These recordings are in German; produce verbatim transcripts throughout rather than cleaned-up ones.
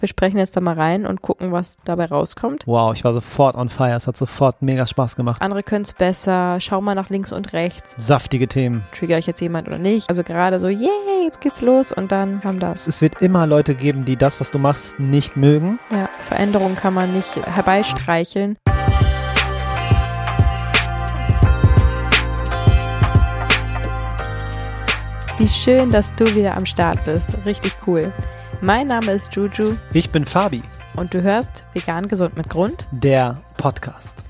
Wir sprechen jetzt da mal rein und gucken, was dabei rauskommt. Wow, ich war sofort on fire. Es hat sofort mega Spaß gemacht. Andere können es besser. Schau mal nach links und rechts. Saftige Themen. Trigger ich jetzt jemand oder nicht? Also gerade so, yay, jetzt geht's los und dann kam das. Es wird immer Leute geben, die das, was du machst, nicht mögen. Ja, Veränderung kann man nicht herbeistreicheln. Wie schön, dass du wieder am Start bist. Richtig cool. Mein Name ist Juju. Ich bin Fabi. Und du hörst Vegan Gesund mit Grund. Der Podcast.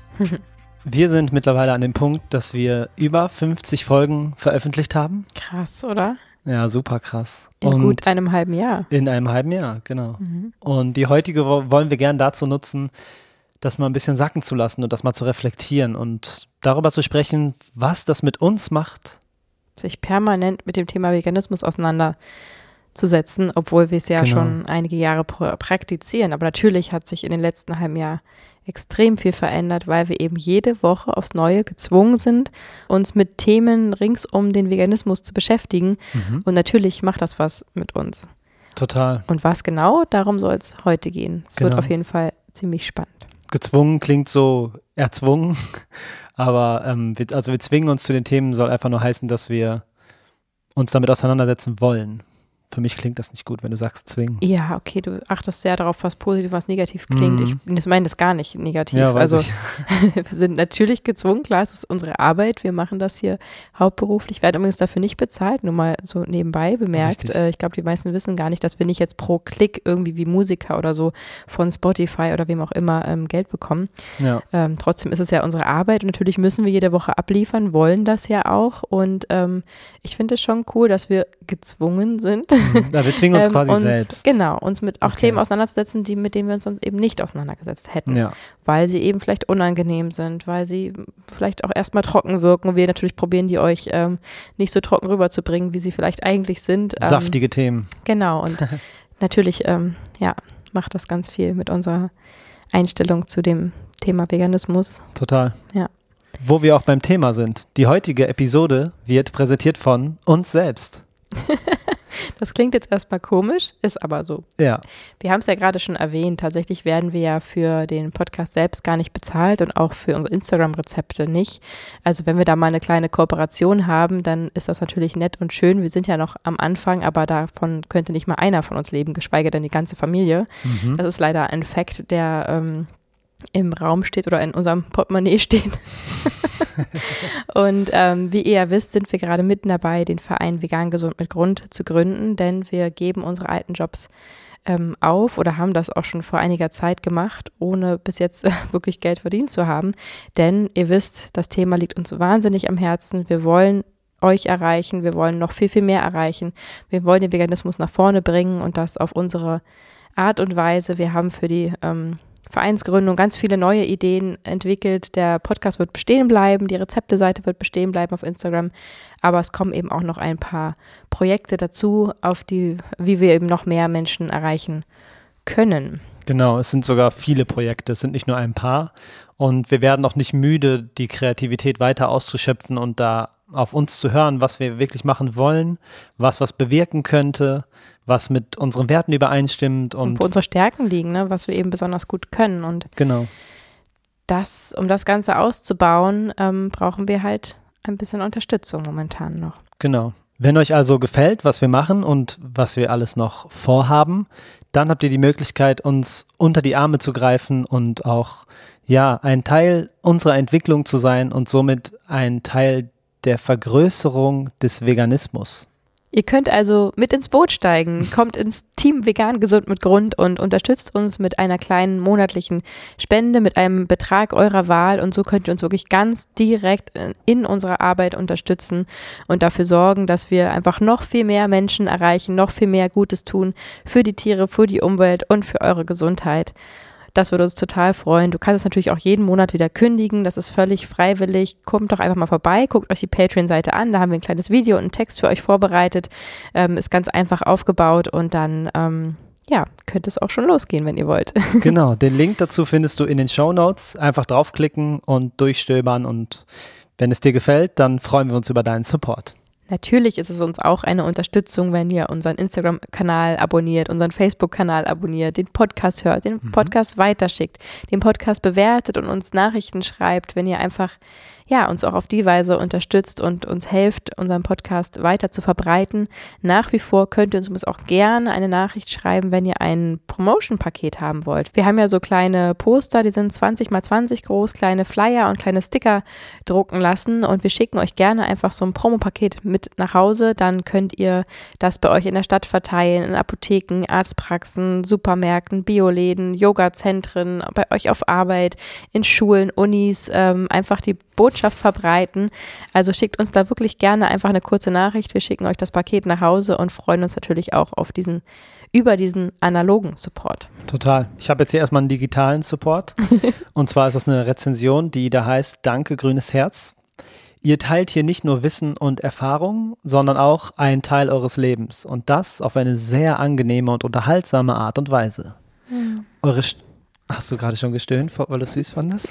Wir sind mittlerweile an dem Punkt, dass wir über fünfzig Folgen veröffentlicht haben. Krass, oder? Ja, super krass. In Und gut einem halben Jahr. In einem halben Jahr, genau. Mhm. Und die heutige wo- wollen wir gern dazu nutzen, das mal ein bisschen sacken zu lassen und das mal zu reflektieren und darüber zu sprechen, was das mit uns macht. Sich permanent mit dem Thema Veganismus auseinanderzusetzen, obwohl wir es ja Genau. schon einige Jahre pr- praktizieren. Aber natürlich hat sich in den letzten halben Jahr extrem viel verändert, weil wir eben jede Woche aufs Neue gezwungen sind, uns mit Themen rings um den Veganismus zu beschäftigen. Mhm. Und natürlich macht das was mit uns. Total. Und was genau, darum soll es heute gehen. Es Genau. wird auf jeden Fall ziemlich spannend. Gezwungen klingt so erzwungen, aber ähm, wir, also wir zwingen uns zu den Themen, soll einfach nur heißen, dass wir uns damit auseinandersetzen wollen. Für mich klingt das nicht gut, wenn du sagst zwingen. Ja, okay, du achtest sehr darauf, was positiv, was negativ klingt. Mhm. Ich, ich meine das gar nicht negativ. Ja, weiß also ich. wir sind natürlich gezwungen, klar, es ist unsere Arbeit. Wir machen das hier hauptberuflich. Wir werden übrigens dafür nicht bezahlt, nur mal so nebenbei bemerkt. Richtig. Äh, ich glaube, die meisten wissen gar nicht, dass wir nicht jetzt pro Klick irgendwie wie Musiker oder so von Spotify oder wem auch immer ähm, Geld bekommen. Ja. Ähm, trotzdem ist es ja unsere Arbeit und natürlich müssen wir jede Woche abliefern, wollen das ja auch. Und ähm, ich finde es schon cool, dass wir gezwungen sind. Ja, wir zwingen uns Ähm, quasi uns, selbst. Genau, uns mit auch Okay. Themen auseinanderzusetzen, die, mit denen wir uns sonst eben nicht auseinandergesetzt hätten, Ja. weil sie eben vielleicht unangenehm sind, weil sie vielleicht auch erstmal trocken wirken und wir natürlich probieren, die euch ähm, nicht so trocken rüberzubringen, wie sie vielleicht eigentlich sind. Ähm, Saftige Themen. Genau, und natürlich, ähm, ja, macht das ganz viel mit unserer Einstellung zu dem Thema Veganismus. Total. Ja. Wo wir auch beim Thema sind. Die heutige Episode wird präsentiert von uns selbst. Das klingt jetzt erstmal komisch, ist aber so. Ja. Wir haben es ja gerade schon erwähnt, tatsächlich werden wir ja für den Podcast selbst gar nicht bezahlt und auch für unsere Instagram-Rezepte nicht. Also wenn wir da mal eine kleine Kooperation haben, dann ist das natürlich nett und schön. Wir sind ja noch am Anfang, aber davon könnte nicht mal einer von uns leben, geschweige denn die ganze Familie. Mhm. Das ist leider ein Fakt, der ähm, im Raum steht oder in unserem Portemonnaie steht. Und ähm, wie ihr ja wisst, sind wir gerade mitten dabei, den Verein Vegan Gesund mit Grund zu gründen, denn wir geben unsere alten Jobs ähm, auf oder haben das auch schon vor einiger Zeit gemacht, ohne bis jetzt äh, wirklich Geld verdient zu haben. Denn ihr wisst, das Thema liegt uns wahnsinnig am Herzen. Wir wollen euch erreichen, wir wollen noch viel, viel mehr erreichen. Wir wollen den Veganismus nach vorne bringen und das auf unsere Art und Weise. Wir haben für die ähm, Vereinsgründung ganz viele neue Ideen entwickelt. Der Podcast wird bestehen bleiben, die Rezepteseite wird bestehen bleiben auf Instagram, aber es kommen eben auch noch ein paar Projekte dazu, auf die, wie wir eben noch mehr Menschen erreichen können. Genau, es sind sogar viele Projekte, es sind nicht nur ein paar und wir werden auch nicht müde, die Kreativität weiter auszuschöpfen und da auf uns zu hören, was wir wirklich machen wollen, was was bewirken könnte, was mit unseren Werten übereinstimmt und, Und wo unsere Stärken liegen, ne, was wir eben besonders gut können. Und genau. das, um das Ganze auszubauen, ähm, brauchen wir halt ein bisschen Unterstützung momentan noch. Genau. Wenn euch also gefällt, was wir machen und was wir alles noch vorhaben, dann habt ihr die Möglichkeit, uns unter die Arme zu greifen und auch ja ein Teil unserer Entwicklung zu sein und somit ein Teil der Vergrößerung des Veganismus. Ihr könnt also mit ins Boot steigen, kommt ins Team Vegan Gesund mit Grund und unterstützt uns mit einer kleinen monatlichen Spende, mit einem Betrag eurer Wahl und so könnt ihr uns wirklich ganz direkt in unserer Arbeit unterstützen und dafür sorgen, dass wir einfach noch viel mehr Menschen erreichen, noch viel mehr Gutes tun für die Tiere, für die Umwelt und für eure Gesundheit. Das würde uns total freuen. Du kannst es natürlich auch jeden Monat wieder kündigen. Das ist völlig freiwillig. Kommt doch einfach mal vorbei. Guckt euch die Patreon-Seite an. Da haben wir ein kleines Video und einen Text für euch vorbereitet. Ähm, ist ganz einfach aufgebaut und dann ähm, ja, könnte es auch schon losgehen, wenn ihr wollt. Genau, den Link dazu findest du in den Shownotes. Einfach draufklicken und durchstöbern und wenn es dir gefällt, dann freuen wir uns über deinen Support. Natürlich ist es uns auch eine Unterstützung, wenn ihr unseren Instagram-Kanal abonniert, unseren Facebook-Kanal abonniert, den Podcast hört, den Mhm. Podcast weiterschickt, den Podcast bewertet und uns Nachrichten schreibt, wenn ihr einfach ja, uns auch auf die Weise unterstützt und uns helft, unseren Podcast weiter zu verbreiten. Nach wie vor könnt ihr uns auch gerne eine Nachricht schreiben, wenn ihr ein Promotion-Paket haben wollt. Wir haben ja so kleine Poster, die sind zwanzig mal zwanzig groß, kleine Flyer und kleine Sticker drucken lassen und wir schicken euch gerne einfach so ein Promopaket mit nach Hause. Dann könnt ihr das bei euch in der Stadt verteilen, in Apotheken, Arztpraxen, Supermärkten, Bioläden, Yoga-Zentren, bei euch auf Arbeit, in Schulen, Unis, ähm, einfach die Botschaft verbreiten. Also schickt uns da wirklich gerne einfach eine kurze Nachricht. Wir schicken euch das Paket nach Hause und freuen uns natürlich auch auf diesen, über diesen analogen Support. Total. Ich habe jetzt hier erstmal einen digitalen Support. Und zwar ist das eine Rezension, die da heißt: Danke, grünes Herz. Ihr teilt hier nicht nur Wissen und Erfahrung, sondern auch einen Teil eures Lebens. Und das auf eine sehr angenehme und unterhaltsame Art und Weise. Mhm. Eure St- Hast du gerade schon gestöhnt, weil du es süß fandest?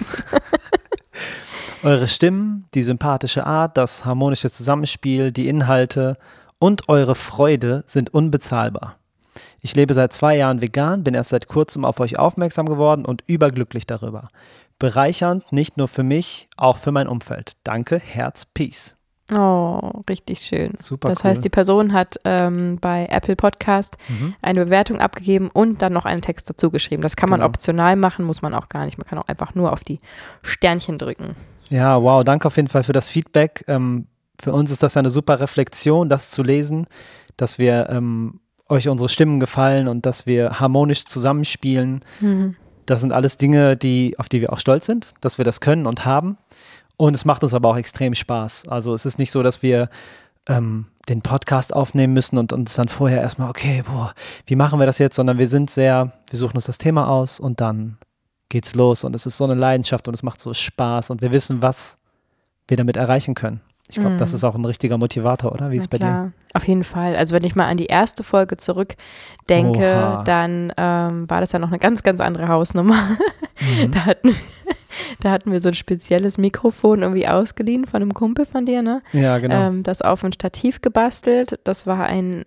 Eure Stimmen, die sympathische Art, das harmonische Zusammenspiel, die Inhalte und eure Freude sind unbezahlbar. Ich lebe seit zwei Jahren vegan, bin erst seit kurzem auf euch aufmerksam geworden und überglücklich darüber. Bereichernd, nicht nur für mich, auch für mein Umfeld. Danke, Herz, Peace. Oh, richtig schön. Super Das cool. heißt, die Person hat ähm, bei Apple Podcast Mhm. eine Bewertung abgegeben und dann noch einen Text dazu geschrieben. Das kann man Genau. optional machen, muss man auch gar nicht. Man kann auch einfach nur auf die Sternchen drücken. Ja, wow, danke auf jeden Fall für das Feedback. Ähm, für uns ist das eine super Reflexion, das zu lesen, dass wir ähm, euch unsere Stimmen gefallen und dass wir harmonisch zusammenspielen. Mhm. Das sind alles Dinge, die, auf die wir auch stolz sind, dass wir das können und haben. Und es macht uns aber auch extrem Spaß. Also es ist nicht so, dass wir ähm, den Podcast aufnehmen müssen und uns dann vorher erstmal, okay, boah, wie machen wir das jetzt? Sondern wir sind sehr, wir suchen uns das Thema aus und dann geht's los. Und es ist so eine Leidenschaft und es macht so Spaß und wir wissen, was wir damit erreichen können. Ich glaube, Mhm. das ist auch ein richtiger Motivator, oder? Wie ist es bei dir? Klar, auf jeden Fall. Also wenn ich mal an die erste Folge zurückdenke, Oha. dann ähm, war das ja noch eine ganz, ganz andere Hausnummer. Mhm. Da hatten, da hatten wir so ein spezielles Mikrofon irgendwie ausgeliehen von einem Kumpel von dir, ne? Ja, genau. Ähm, das auf ein Stativ gebastelt. Das war ein,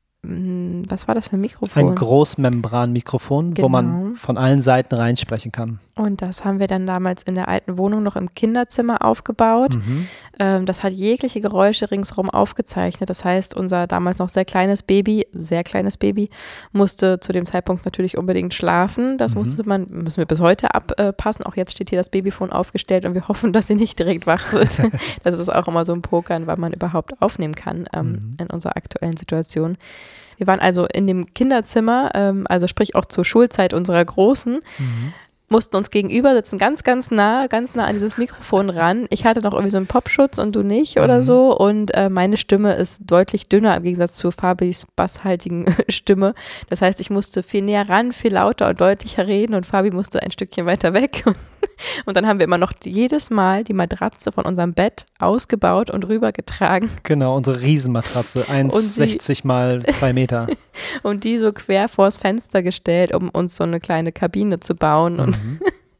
mh, was war das für ein Mikrofon? Ein Großmembran-Mikrofon, wo man Genau. von allen Seiten reinsprechen kann. Und das haben wir dann damals in der alten Wohnung noch im Kinderzimmer aufgebaut. Mhm. Ähm, das hat jegliche Geräusche ringsherum aufgezeichnet. Das heißt, unser damals noch sehr kleines Baby, sehr kleines Baby, musste zu dem Zeitpunkt natürlich unbedingt schlafen. Das Mhm. musste man, müssen wir bis heute abpassen. Auch jetzt steht hier das Babyphone aufgestellt und wir hoffen, dass sie nicht direkt wach wird. Das ist auch immer so ein Pokern, weil man überhaupt aufnehmen kann ähm, Mhm. in unserer aktuellen Situation. Wir waren also in dem Kinderzimmer, ähm, also sprich auch zur Schulzeit unserer Großen, Mhm. mussten uns gegenüber sitzen, ganz, ganz nah, ganz nah an dieses Mikrofon ran. Ich hatte noch irgendwie so einen Popschutz und du nicht oder Mhm. so. Und äh, meine Stimme ist deutlich dünner im Gegensatz zu Fabis basshaltigen Stimme. Das heißt, ich musste viel näher ran, viel lauter und deutlicher reden und Fabi musste ein Stückchen weiter weg. Und dann haben wir immer noch jedes Mal die Matratze von unserem Bett ausgebaut und rübergetragen Genau, unsere Riesenmatratze, eins Komma sechzig mal zwei Meter. und die so quer vors Fenster gestellt, um uns so eine kleine Kabine zu bauen. Und Mhm.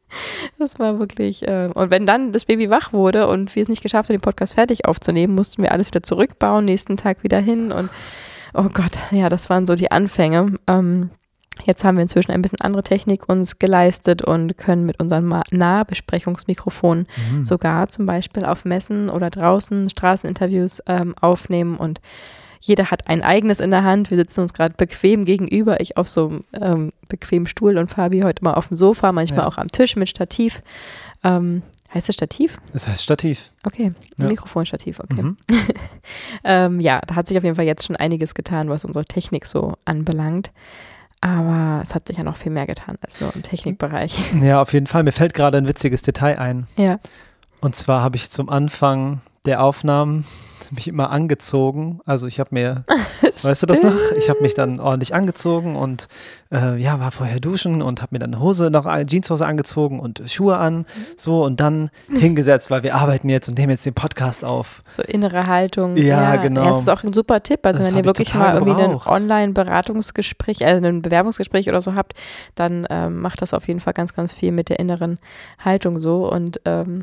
das war wirklich, äh, und wenn dann das Baby wach wurde und wir es nicht geschafft haben, den Podcast fertig aufzunehmen, mussten wir alles wieder zurückbauen, nächsten Tag wieder hin und oh Gott, ja, das waren so die Anfänge. Ähm, jetzt haben wir inzwischen ein bisschen andere Technik uns geleistet und können mit unseren Ma- Nahbesprechungsmikrofonen Mhm. sogar zum Beispiel auf Messen oder draußen Straßeninterviews ähm, aufnehmen und jeder hat ein eigenes in der Hand. Wir sitzen uns gerade bequem gegenüber. Ich auf so einem ähm, bequemen Stuhl und Fabi heute mal auf dem Sofa, manchmal Ja. auch am Tisch mit Stativ. Ähm, heißt das Stativ? Das heißt Stativ. Okay, Ja. Mikrofonstativ, okay. Mhm. ähm, ja, da hat sich auf jeden Fall jetzt schon einiges getan, was unsere Technik so anbelangt. Aber es hat sich ja noch viel mehr getan als nur im Technikbereich. Ja, auf jeden Fall. Mir fällt gerade ein witziges Detail ein. Ja. Und zwar habe ich zum Anfang der Aufnahmen mich immer angezogen. Also ich habe mir, weißt du das noch? Ich habe mich dann ordentlich angezogen und äh, ja, war vorher duschen und habe mir dann eine Hose, noch eine Jeanshose angezogen und Schuhe an, so und dann hingesetzt, weil wir arbeiten jetzt und nehmen jetzt den Podcast auf. So innere Haltung. Ja, genau. Das ist auch ein super Tipp. Also Das wenn hab ihr ich wirklich total mal irgendwie ein gebraucht. Online-Beratungsgespräch, also ein Bewerbungsgespräch oder so habt, dann ähm, macht das auf jeden Fall ganz, ganz viel mit der inneren Haltung so und ähm,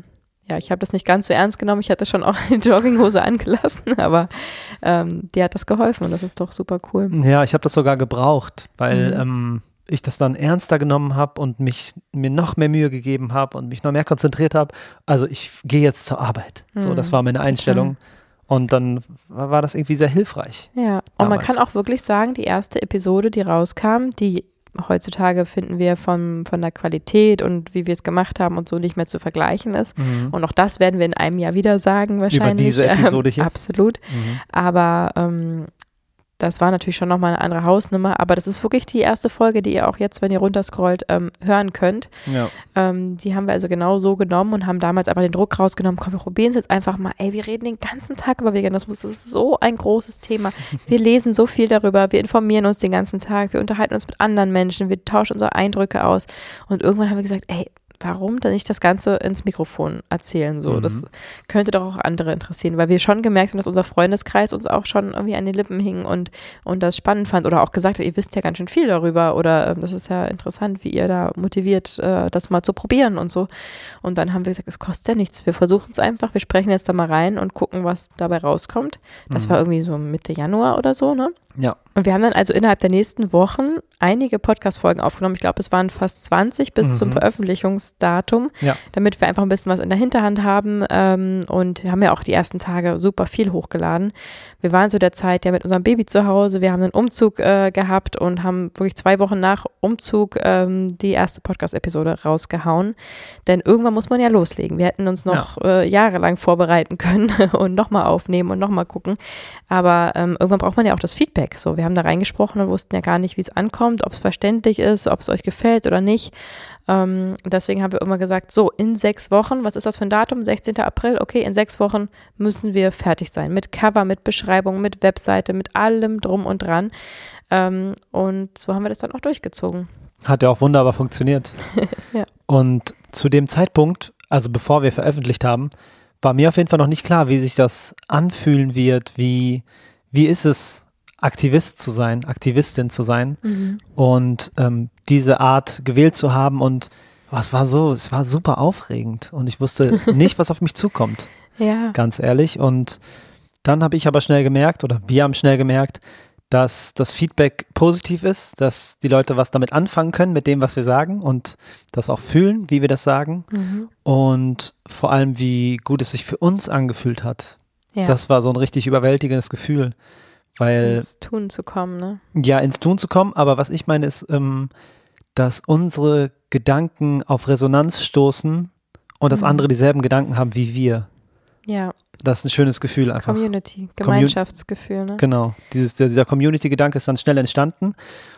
ja, ich habe das nicht ganz so ernst genommen. Ich hatte schon auch die Jogginghose angelassen, aber ähm, dir hat das geholfen und das ist doch super cool. Ja, ich habe das sogar gebraucht, weil Mhm. ähm, ich das dann ernster genommen habe und mich mir noch mehr Mühe gegeben habe und mich noch mehr konzentriert habe. Also ich gehe jetzt zur Arbeit. So, das war meine Total. Einstellung. Und dann war, war das irgendwie sehr hilfreich. Ja, und man damals. kann auch wirklich sagen, die erste Episode, die rauskam, die heutzutage finden wir von, von der Qualität und wie wir es gemacht haben und so nicht mehr zu vergleichen ist. Mhm. Und auch das werden wir in einem Jahr wieder sagen wahrscheinlich. Über diese Episode hier? Ähm, absolut. Mhm. Aber ähm, das war natürlich schon nochmal eine andere Hausnummer. Aber das ist wirklich die erste Folge, die ihr auch jetzt, wenn ihr runterscrollt, ähm, hören könnt. Ja. Ähm, die haben wir also genau so genommen und haben damals einfach den Druck rausgenommen. Komm, wir probieren es jetzt einfach mal. Ey, wir reden den ganzen Tag über Veganismus. Das ist so ein großes Thema. Wir lesen so viel darüber. Wir informieren uns den ganzen Tag. Wir unterhalten uns mit anderen Menschen. Wir tauschen unsere Eindrücke aus. Und irgendwann haben wir gesagt, ey, warum dann nicht das Ganze ins Mikrofon erzählen? So, Mhm. das könnte doch auch andere interessieren, weil wir schon gemerkt haben, dass unser Freundeskreis uns auch schon irgendwie an den Lippen hing und, und das spannend fand oder auch gesagt hat, ihr wisst ja ganz schön viel darüber oder ähm, das ist ja interessant, wie ihr da motiviert, äh, das mal zu probieren und so. Und dann haben wir gesagt, es kostet ja nichts. Wir versuchen es einfach, wir sprechen jetzt da mal rein und gucken, was dabei rauskommt. Das Mhm. war irgendwie so Mitte Januar oder so, ne? Ja. Und wir haben dann also innerhalb der nächsten Wochen einige Podcast-Folgen aufgenommen. Ich glaube, es waren fast zwanzig bis Mhm. zum Veröffentlichungsdatum, Ja. damit wir einfach ein bisschen was in der Hinterhand haben. Ähm, und wir haben ja auch die ersten Tage super viel hochgeladen. Wir waren zu der Zeit ja mit unserem Baby zu Hause. Wir haben einen Umzug äh, gehabt und haben wirklich zwei Wochen nach Umzug ähm, die erste Podcast-Episode rausgehauen. Denn irgendwann muss man ja loslegen. Wir hätten uns noch ja. äh, jahrelang vorbereiten können und nochmal aufnehmen und nochmal gucken. Aber ähm, irgendwann braucht man ja auch das Feedback. So, wir haben da reingesprochen und wussten ja gar nicht, wie es ankommt, ob es verständlich ist, ob es euch gefällt oder nicht. Ähm, deswegen haben wir immer gesagt, so in sechs Wochen, was ist das für ein Datum? sechzehnten April, okay, in sechs Wochen müssen wir fertig sein. Mit Cover, mit Beschreibung, mit Webseite, mit allem drum und dran. Ähm, und so haben wir das dann auch durchgezogen. Hat ja auch wunderbar funktioniert. Ja. Und zu dem Zeitpunkt, also bevor wir veröffentlicht haben, war mir auf jeden Fall noch nicht klar, wie sich das anfühlen wird, wie, wie ist es, Aktivist zu sein, Aktivistin zu sein Mhm. und ähm, diese Art gewählt zu haben und was war so, es war super aufregend und ich wusste nicht, was auf mich zukommt, Ja. ganz ehrlich. Und dann habe ich aber schnell gemerkt oder wir haben schnell gemerkt, dass das Feedback positiv ist, dass die Leute was damit anfangen können, mit dem, was wir sagen und das auch fühlen, wie wir das sagen Mhm. und vor allem, wie gut es sich für uns angefühlt hat. Ja. Das war so ein richtig überwältigendes Gefühl, weil ins Tun zu kommen, ne? ja, ins Tun zu kommen, aber was ich meine ist, ähm, dass unsere Gedanken auf Resonanz stoßen und dass Mhm. andere dieselben Gedanken haben wie wir. Ja, Das ist ein schönes Gefühl einfach. Community, Gemeinschaftsgefühl, ne? Genau, Dieses, der, dieser Community-Gedanke ist dann schnell entstanden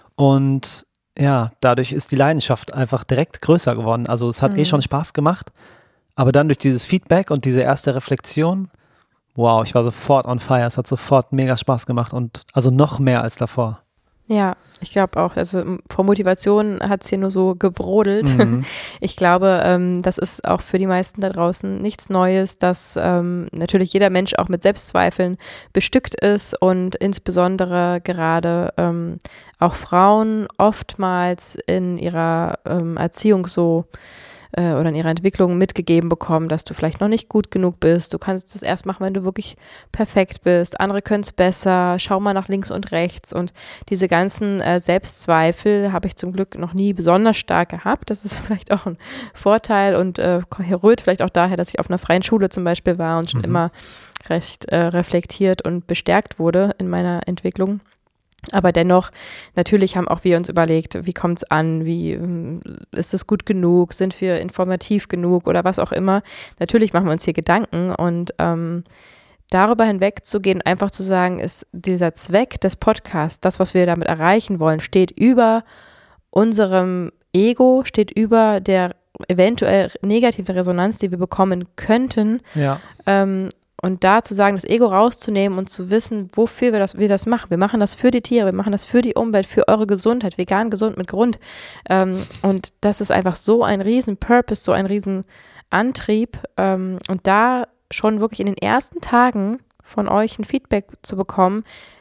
und ja, dadurch ist die Leidenschaft einfach direkt größer geworden. Also es hat Mhm. eh schon Spaß gemacht, aber dann durch dieses Feedback und diese erste Reflexion, wow, ich war sofort on fire, es hat sofort mega Spaß gemacht und also noch mehr als davor. Ja, ich glaube auch. Also vor Motivation hat es hier nur so gebrodelt. Mhm. Ich glaube, ähm, das ist auch für die meisten da draußen nichts Neues, dass ähm, natürlich jeder Mensch auch mit Selbstzweifeln bestückt ist und insbesondere gerade ähm, auch Frauen oftmals in ihrer ähm, Erziehung so äh, oder in ihrer Entwicklung mitgegeben bekommen, dass du vielleicht noch nicht gut genug bist. Du kannst das erst machen, wenn du wirklich perfekt bist. Andere können es besser. Schau mal nach links und rechts. Und diese ganzen äh, Selbstzweifel habe ich zum Glück noch nie besonders stark gehabt. Das ist vielleicht auch ein Vorteil und äh, rührt vielleicht auch daher, dass ich auf einer freien Schule zum Beispiel war und schon Mhm. immer recht äh, reflektiert und bestärkt wurde in meiner Entwicklung. Aber dennoch, natürlich haben auch wir uns überlegt, wie kommt es an, wie ähm, ist es gut genug, sind wir informativ genug oder was auch immer. Natürlich machen wir uns hier Gedanken und ähm, darüber hinwegzugehen, einfach zu sagen, ist dieser Zweck des Podcasts, das, was wir damit erreichen wollen, steht über unserem Ego, steht über der eventuell negativen Resonanz, die wir bekommen könnten. Ja. Ähm, Und da zu sagen, das Ego rauszunehmen und zu wissen, wofür wir das, wir das machen. Wir machen das für die Tiere, wir machen das für die Umwelt, für eure Gesundheit, vegan, gesund mit Grund. Ähm, und das ist einfach so ein riesen Purpose, so ein riesen Antrieb. Ähm, und da schon wirklich in den ersten Tagen von euch ein Feedback zu bekommen,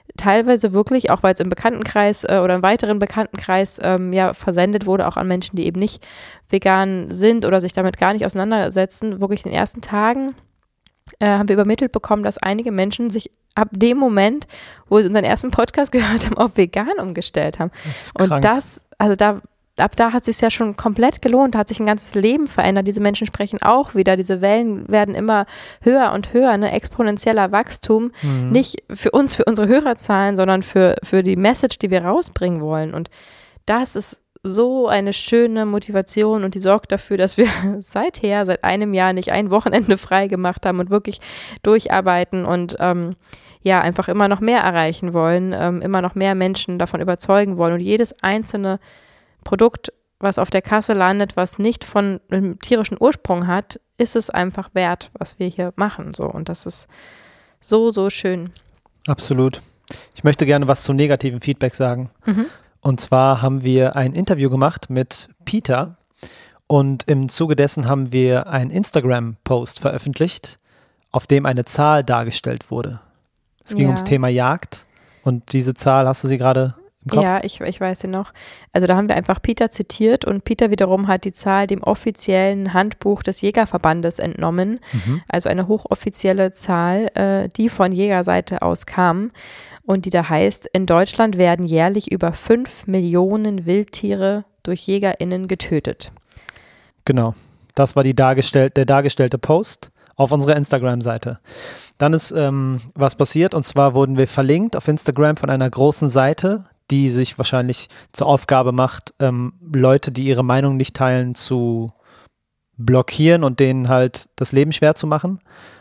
teilweise wirklich, auch weil es im Bekanntenkreis äh, oder im weiteren Bekanntenkreis ähm, ja versendet wurde, auch an Menschen, die eben nicht vegan sind oder sich damit gar nicht auseinandersetzen, wirklich in den ersten Tagen äh, haben wir übermittelt bekommen, dass einige Menschen sich ab dem Moment, wo sie unseren ersten Podcast gehört haben, auf vegan umgestellt haben. Das ist Und krank. das, also da ab da hat es sich ja schon komplett gelohnt, hat sich ein ganzes Leben verändert. Diese Menschen sprechen auch wieder, diese Wellen werden immer höher und höher, ne? Exponentieller Wachstum, Mhm. nicht für uns, für unsere Hörerzahlen, sondern für, für die Message, die wir rausbringen wollen. Und das ist so eine schöne Motivation und die sorgt dafür, dass wir seither, seit einem Jahr nicht ein Wochenende frei gemacht haben und wirklich durcharbeiten und ähm, ja, einfach immer noch mehr erreichen wollen, ähm, immer noch mehr Menschen davon überzeugen wollen und jedes einzelne Produkt, was auf der Kasse landet, was nicht von einem tierischen Ursprung hat, ist es einfach wert, was wir hier machen. So. Und das ist so, so schön. Absolut. Ich möchte gerne was zum negativen Feedback sagen. Mhm. Und zwar haben wir ein Interview gemacht mit Peter und im Zuge dessen haben wir einen Instagram-Post veröffentlicht, auf dem eine Zahl dargestellt wurde. Es ging Ja. ums Thema Jagd und diese Zahl, hast du sie gerade im Kopf? Ja, ich, ich weiß sie noch. Also da haben wir einfach Peter zitiert und Peter wiederum hat die Zahl dem offiziellen Handbuch des Jägerverbandes entnommen. Mhm. Also eine hochoffizielle Zahl, äh, die von Jägerseite aus kam und die da heißt, in Deutschland werden jährlich über fünf Millionen Wildtiere durch JägerInnen getötet. Genau, das war die dargestell- der dargestellte Post auf unserer Instagram-Seite. Dann ist ähm, was passiert und zwar wurden wir verlinkt auf Instagram von einer großen Seite, die sich wahrscheinlich zur Aufgabe macht, ähm, Leute, die ihre Meinung nicht teilen, zu blockieren und denen halt das Leben schwer zu machen.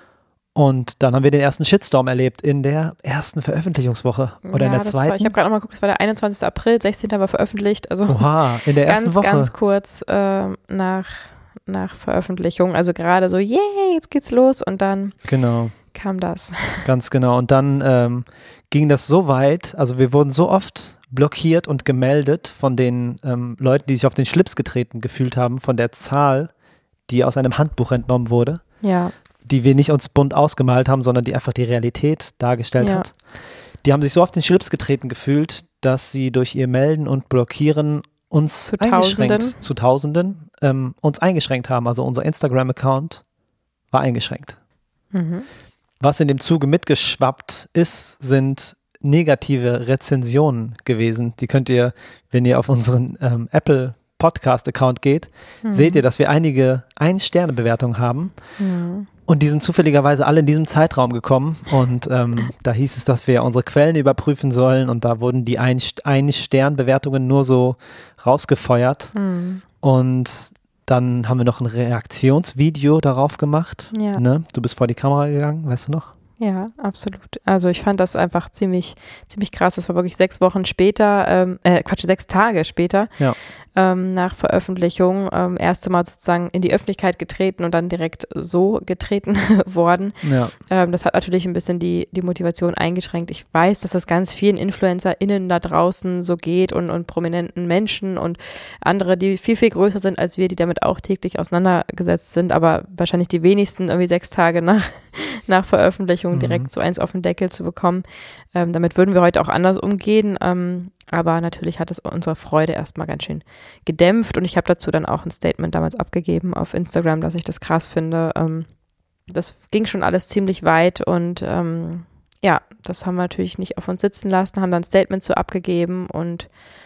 Und dann haben wir den ersten Shitstorm erlebt in der ersten Veröffentlichungswoche oder ja, in der das zweiten. War, ich habe gerade nochmal geguckt, es war der einundzwanzigster April, sechzehnter war veröffentlicht. Also Oha, in der ersten ganz, Woche. ganz kurz äh, nach, nach Veröffentlichung. Also gerade so, yay, jetzt geht's los und dann Genau. kam das. Ganz genau. Und dann ähm, ging das so weit, also wir wurden so oft blockiert und gemeldet von den ähm, Leuten, die sich auf den Schlips getreten gefühlt haben, von der Zahl, die aus einem Handbuch entnommen wurde, Ja, die wir nicht uns bunt ausgemalt haben, sondern die einfach die Realität dargestellt Ja. hat. Die haben sich so auf den Schlips getreten gefühlt, dass sie durch ihr Melden und Blockieren uns Zu eingeschränkt, Tausenden. zu Tausenden, ähm, uns eingeschränkt haben. Also unser Instagram-Account war eingeschränkt. mhm. Was in dem Zuge mitgeschwappt ist, sind negative Rezensionen gewesen. Die könnt ihr, wenn ihr auf unseren ähm, Apple Podcast-Account geht, Mhm. seht ihr, dass wir einige Ein-Sterne-Bewertungen haben. Mhm. Und die sind zufälligerweise alle in diesem Zeitraum gekommen. Und ähm, da hieß es, dass wir unsere Quellen überprüfen sollen. Und da wurden die Ein-Stern-Bewertungen nur so rausgefeuert. Mhm. Und dann haben wir noch ein Reaktionsvideo darauf gemacht. Ja. Ne? Du bist vor die Kamera gegangen, weißt du noch? Ja, absolut. Also ich fand das einfach ziemlich, ziemlich krass. Das war wirklich sechs Wochen später, ähm, äh, Quatsch, sechs Tage später, Ja. ähm, nach Veröffentlichung, ähm, erste Mal sozusagen in die Öffentlichkeit getreten und dann direkt so getreten worden. Ja. Ähm, das hat natürlich ein bisschen die, die Motivation eingeschränkt. Ich weiß, dass das ganz vielen InfluencerInnen da draußen so geht und, und prominenten Menschen und andere, die viel, viel größer sind als wir, die damit auch täglich auseinandergesetzt sind, aber wahrscheinlich die wenigsten irgendwie sechs Tage nach, nach Veröffentlichung direkt Mhm. so eins auf den Deckel zu bekommen. Ähm, damit würden wir heute auch anders umgehen. Ähm, aber natürlich hat es unsere Freude erstmal ganz schön gedämpft und ich habe dazu dann auch ein Statement damals abgegeben auf Instagram, dass ich das krass finde. Ähm, das ging schon alles ziemlich weit und ähm, ja, das haben wir natürlich nicht auf uns sitzen lassen, haben dann ein Statement zu abgegeben und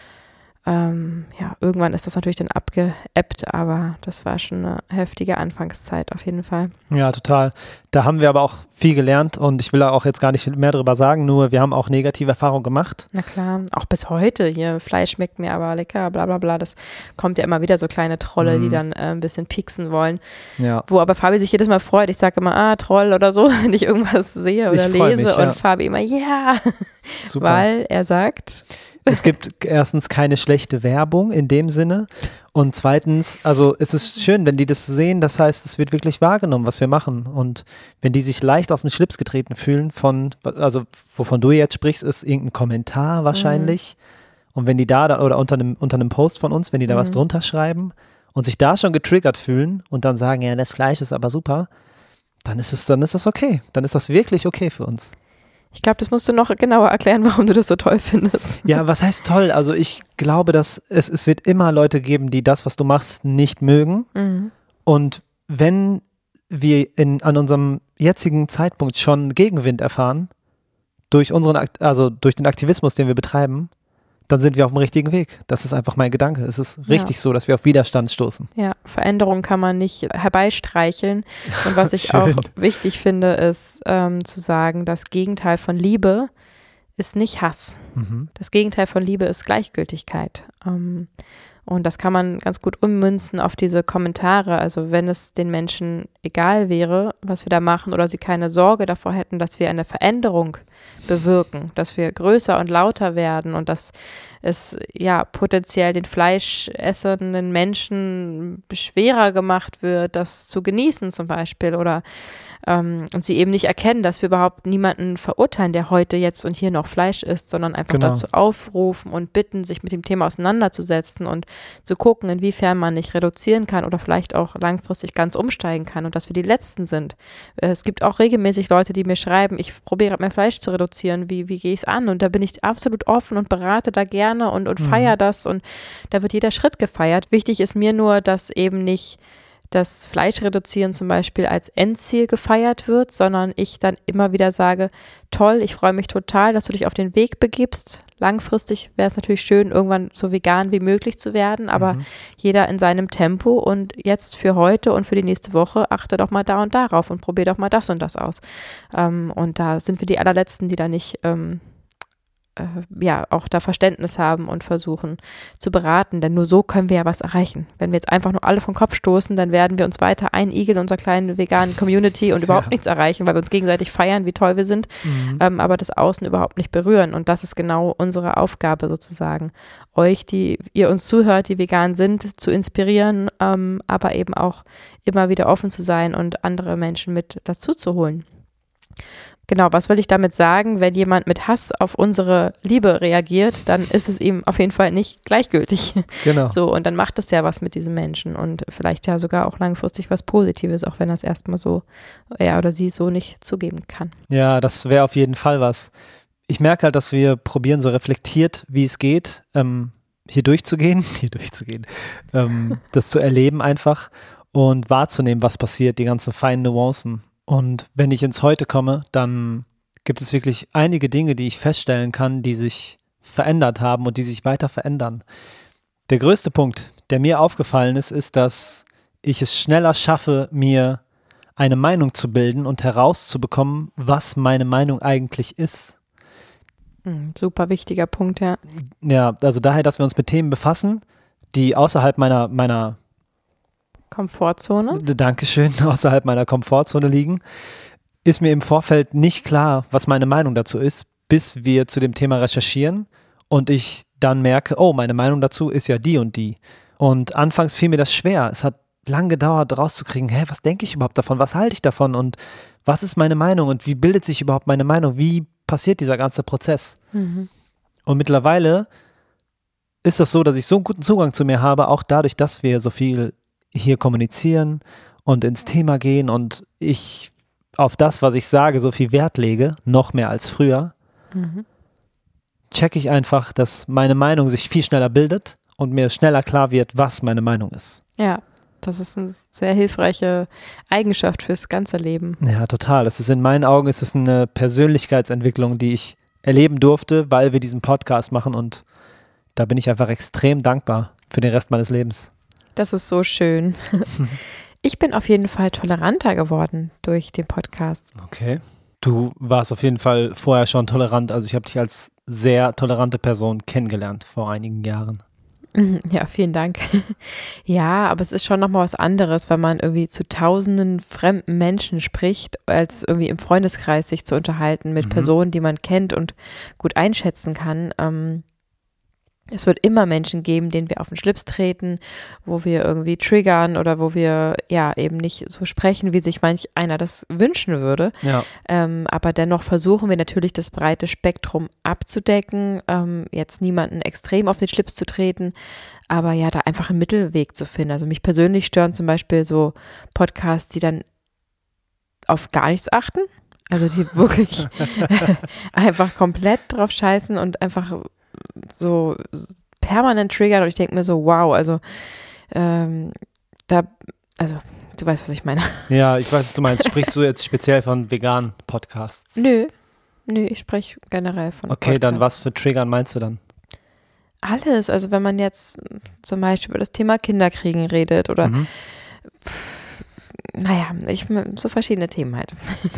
ähm, ja, irgendwann ist das natürlich dann abgeebbt, aber das war schon eine heftige Anfangszeit auf jeden Fall. Ja, total. Da haben wir aber auch viel gelernt und ich will da auch jetzt gar nicht mehr drüber sagen, nur wir haben auch negative Erfahrungen gemacht. Na klar, auch bis heute hier, Fleisch schmeckt mir aber lecker, bla bla bla, das kommt ja immer wieder so kleine Trolle, Mhm. die dann äh, ein bisschen pieksen wollen, Ja. wo aber Fabi sich jedes Mal freut. Ich sage immer, ah, Troll oder so, wenn ich irgendwas sehe oder Ich freu lese mich, ja. und Fabi immer, ja, Super. weil er sagt, Es gibt erstens keine schlechte Werbung in dem Sinne und zweitens, also es ist schön, wenn die das sehen, das heißt, es wird wirklich wahrgenommen, was wir machen und wenn die sich leicht auf den Schlips getreten fühlen von, also wovon du jetzt sprichst, ist irgendein Kommentar wahrscheinlich und wenn die da, da oder unter einem, unter einem Post von uns, wenn die da was Mhm. drunter schreiben und sich da schon getriggert fühlen und dann sagen, ja, das Fleisch ist aber super, dann ist es, dann ist das okay, dann ist das wirklich okay für uns. Ich glaube, das musst du noch genauer erklären, warum du das so toll findest. Ja, was heißt toll? Also ich glaube, dass es, es wird immer Leute geben, die das, was du machst, nicht mögen. Mhm. Und wenn wir in, an unserem jetzigen Zeitpunkt schon Gegenwind erfahren, durch unseren, also durch den Aktivismus, den wir betreiben, dann sind wir auf dem richtigen Weg. Das ist einfach mein Gedanke. Es ist richtig ja. so, dass wir auf Widerstand stoßen. Ja, Veränderung kann man nicht herbeistreicheln. Und was ich auch wichtig finde, ist ähm, zu sagen, das Gegenteil von Liebe ist nicht Hass. Mhm. Das Gegenteil von Liebe ist Gleichgültigkeit. Ähm, und das kann man ganz gut ummünzen auf diese Kommentare. Also wenn es den Menschen egal wäre, was wir da machen, oder sie keine Sorge davor hätten, dass wir eine Veränderung bewirken, dass wir größer und lauter werden und dass es ja potenziell den fleischessenden Menschen schwerer gemacht wird, das zu genießen zum Beispiel, oder ähm, und sie eben nicht erkennen, dass wir überhaupt niemanden verurteilen, der heute, jetzt und hier noch Fleisch isst, sondern einfach genau. dazu aufrufen und bitten, sich mit dem Thema auseinanderzusetzen und zu gucken, inwiefern man nicht reduzieren kann oder vielleicht auch langfristig ganz umsteigen kann und dass wir die Letzten sind. Es gibt auch regelmäßig Leute, die mir schreiben, ich probiere mein Fleisch zu reduzieren, wie, wie gehe ich es an? Und da bin ich absolut offen und berate da gerne und, und mhm. feiere das und da wird jeder Schritt gefeiert. Wichtig ist mir nur, dass eben nicht das Fleischreduzieren zum Beispiel als Endziel gefeiert wird, sondern ich dann immer wieder sage, toll, ich freue mich total, dass du dich auf den Weg begibst. Langfristig wäre es natürlich schön, irgendwann so vegan wie möglich zu werden, aber mhm. jeder in seinem Tempo und jetzt für heute und für die nächste Woche achte doch mal da und darauf und probier doch mal das und das aus. Ähm, und da sind wir die allerletzten, die da nicht ähm, äh, ja auch da Verständnis haben und versuchen zu beraten, denn nur so können wir ja was erreichen. Wenn wir jetzt einfach nur alle vom Kopf stoßen, dann werden wir uns weiter einigeln in unserer kleinen veganen Community und überhaupt ja. nichts erreichen, weil wir uns gegenseitig feiern, wie toll wir sind, mhm. ähm, aber das Außen überhaupt nicht berühren. Und das ist genau unsere Aufgabe sozusagen, euch, die ihr uns zuhört, die vegan sind, zu inspirieren, ähm, aber eben auch immer wieder offen zu sein und andere Menschen mit dazu zu holen. Genau, was will ich damit sagen? Wenn jemand mit Hass auf unsere Liebe reagiert, dann ist es ihm auf jeden Fall nicht gleichgültig. Genau. So, und dann macht es ja was mit diesem Menschen und vielleicht ja sogar auch langfristig was Positives, auch wenn er es erstmal so, er oder sie so nicht zugeben kann. Ja, das wäre auf jeden Fall was. Ich merke halt, dass wir probieren, so reflektiert, wie es geht, ähm, hier durchzugehen, hier durchzugehen, ähm, das zu erleben einfach und wahrzunehmen, was passiert, die ganzen feinen Nuancen. Und wenn ich ins Heute komme, dann gibt es wirklich einige Dinge, die ich feststellen kann, die sich verändert haben und die sich weiter verändern. Der größte Punkt, der mir aufgefallen ist, ist, dass ich es schneller schaffe, mir eine Meinung zu bilden und herauszubekommen, was meine Meinung eigentlich ist. Super wichtiger Punkt, ja. Ja, also daher, dass wir uns mit Themen befassen, die außerhalb meiner, meiner Komfortzone? Dankeschön, außerhalb meiner Komfortzone liegen, ist mir im Vorfeld nicht klar, was meine Meinung dazu ist, bis wir zu dem Thema recherchieren und ich dann merke, oh, meine Meinung dazu ist ja die und die. Und anfangs fiel mir das schwer. Es hat lang gedauert, rauszukriegen, hä, was denke ich überhaupt davon, was halte ich davon und was ist meine Meinung und wie bildet sich überhaupt meine Meinung, wie passiert dieser ganze Prozess? Mhm. Und mittlerweile ist das so, dass ich so einen guten Zugang zu mir habe, auch dadurch, dass wir so viel hier kommunizieren und ins Thema gehen und ich auf das, was ich sage, so viel Wert lege, noch mehr als früher, mhm. checke ich einfach, dass meine Meinung sich viel schneller bildet und mir schneller klar wird, was meine Meinung ist. Ja, das ist eine sehr hilfreiche Eigenschaft fürs ganze Leben. Ja, total. Es ist in meinen Augen ist es eine Persönlichkeitsentwicklung, die ich erleben durfte, weil wir diesen Podcast machen und da bin ich einfach extrem dankbar für den Rest meines Lebens. Das ist so schön. Ich bin auf jeden Fall toleranter geworden durch den Podcast. Okay. Du warst auf jeden Fall vorher schon tolerant. Also ich habe dich als sehr tolerante Person kennengelernt vor einigen Jahren. Ja, vielen Dank. Ja, aber es ist schon nochmal was anderes, wenn man irgendwie zu tausenden fremden Menschen spricht, als irgendwie im Freundeskreis sich zu unterhalten mit mhm. Personen, die man kennt und gut einschätzen kann. Ähm, Es wird immer Menschen geben, denen wir auf den Schlips treten, wo wir irgendwie triggern oder wo wir ja eben nicht so sprechen, wie sich manch einer das wünschen würde. Ja. Ähm, aber dennoch versuchen wir natürlich das breite Spektrum abzudecken, ähm, jetzt niemanden extrem auf den Schlips zu treten, aber ja, da einfach einen Mittelweg zu finden. Also mich persönlich stören zum Beispiel so Podcasts, die dann auf gar nichts achten. Also die wirklich einfach komplett drauf scheißen und einfach so permanent triggern und ich denke mir so, wow, also ähm, da, also du weißt, was ich meine. Ja, ich weiß, was du meinst. Sprichst du jetzt speziell von veganen Podcasts? Nö, nö, ich spreche generell von Okay, Podcasts. dann was für Triggern meinst du dann? Alles, also wenn man jetzt zum Beispiel über das Thema Kinderkriegen redet oder Mhm. pff, naja, ich, so verschiedene Themen halt.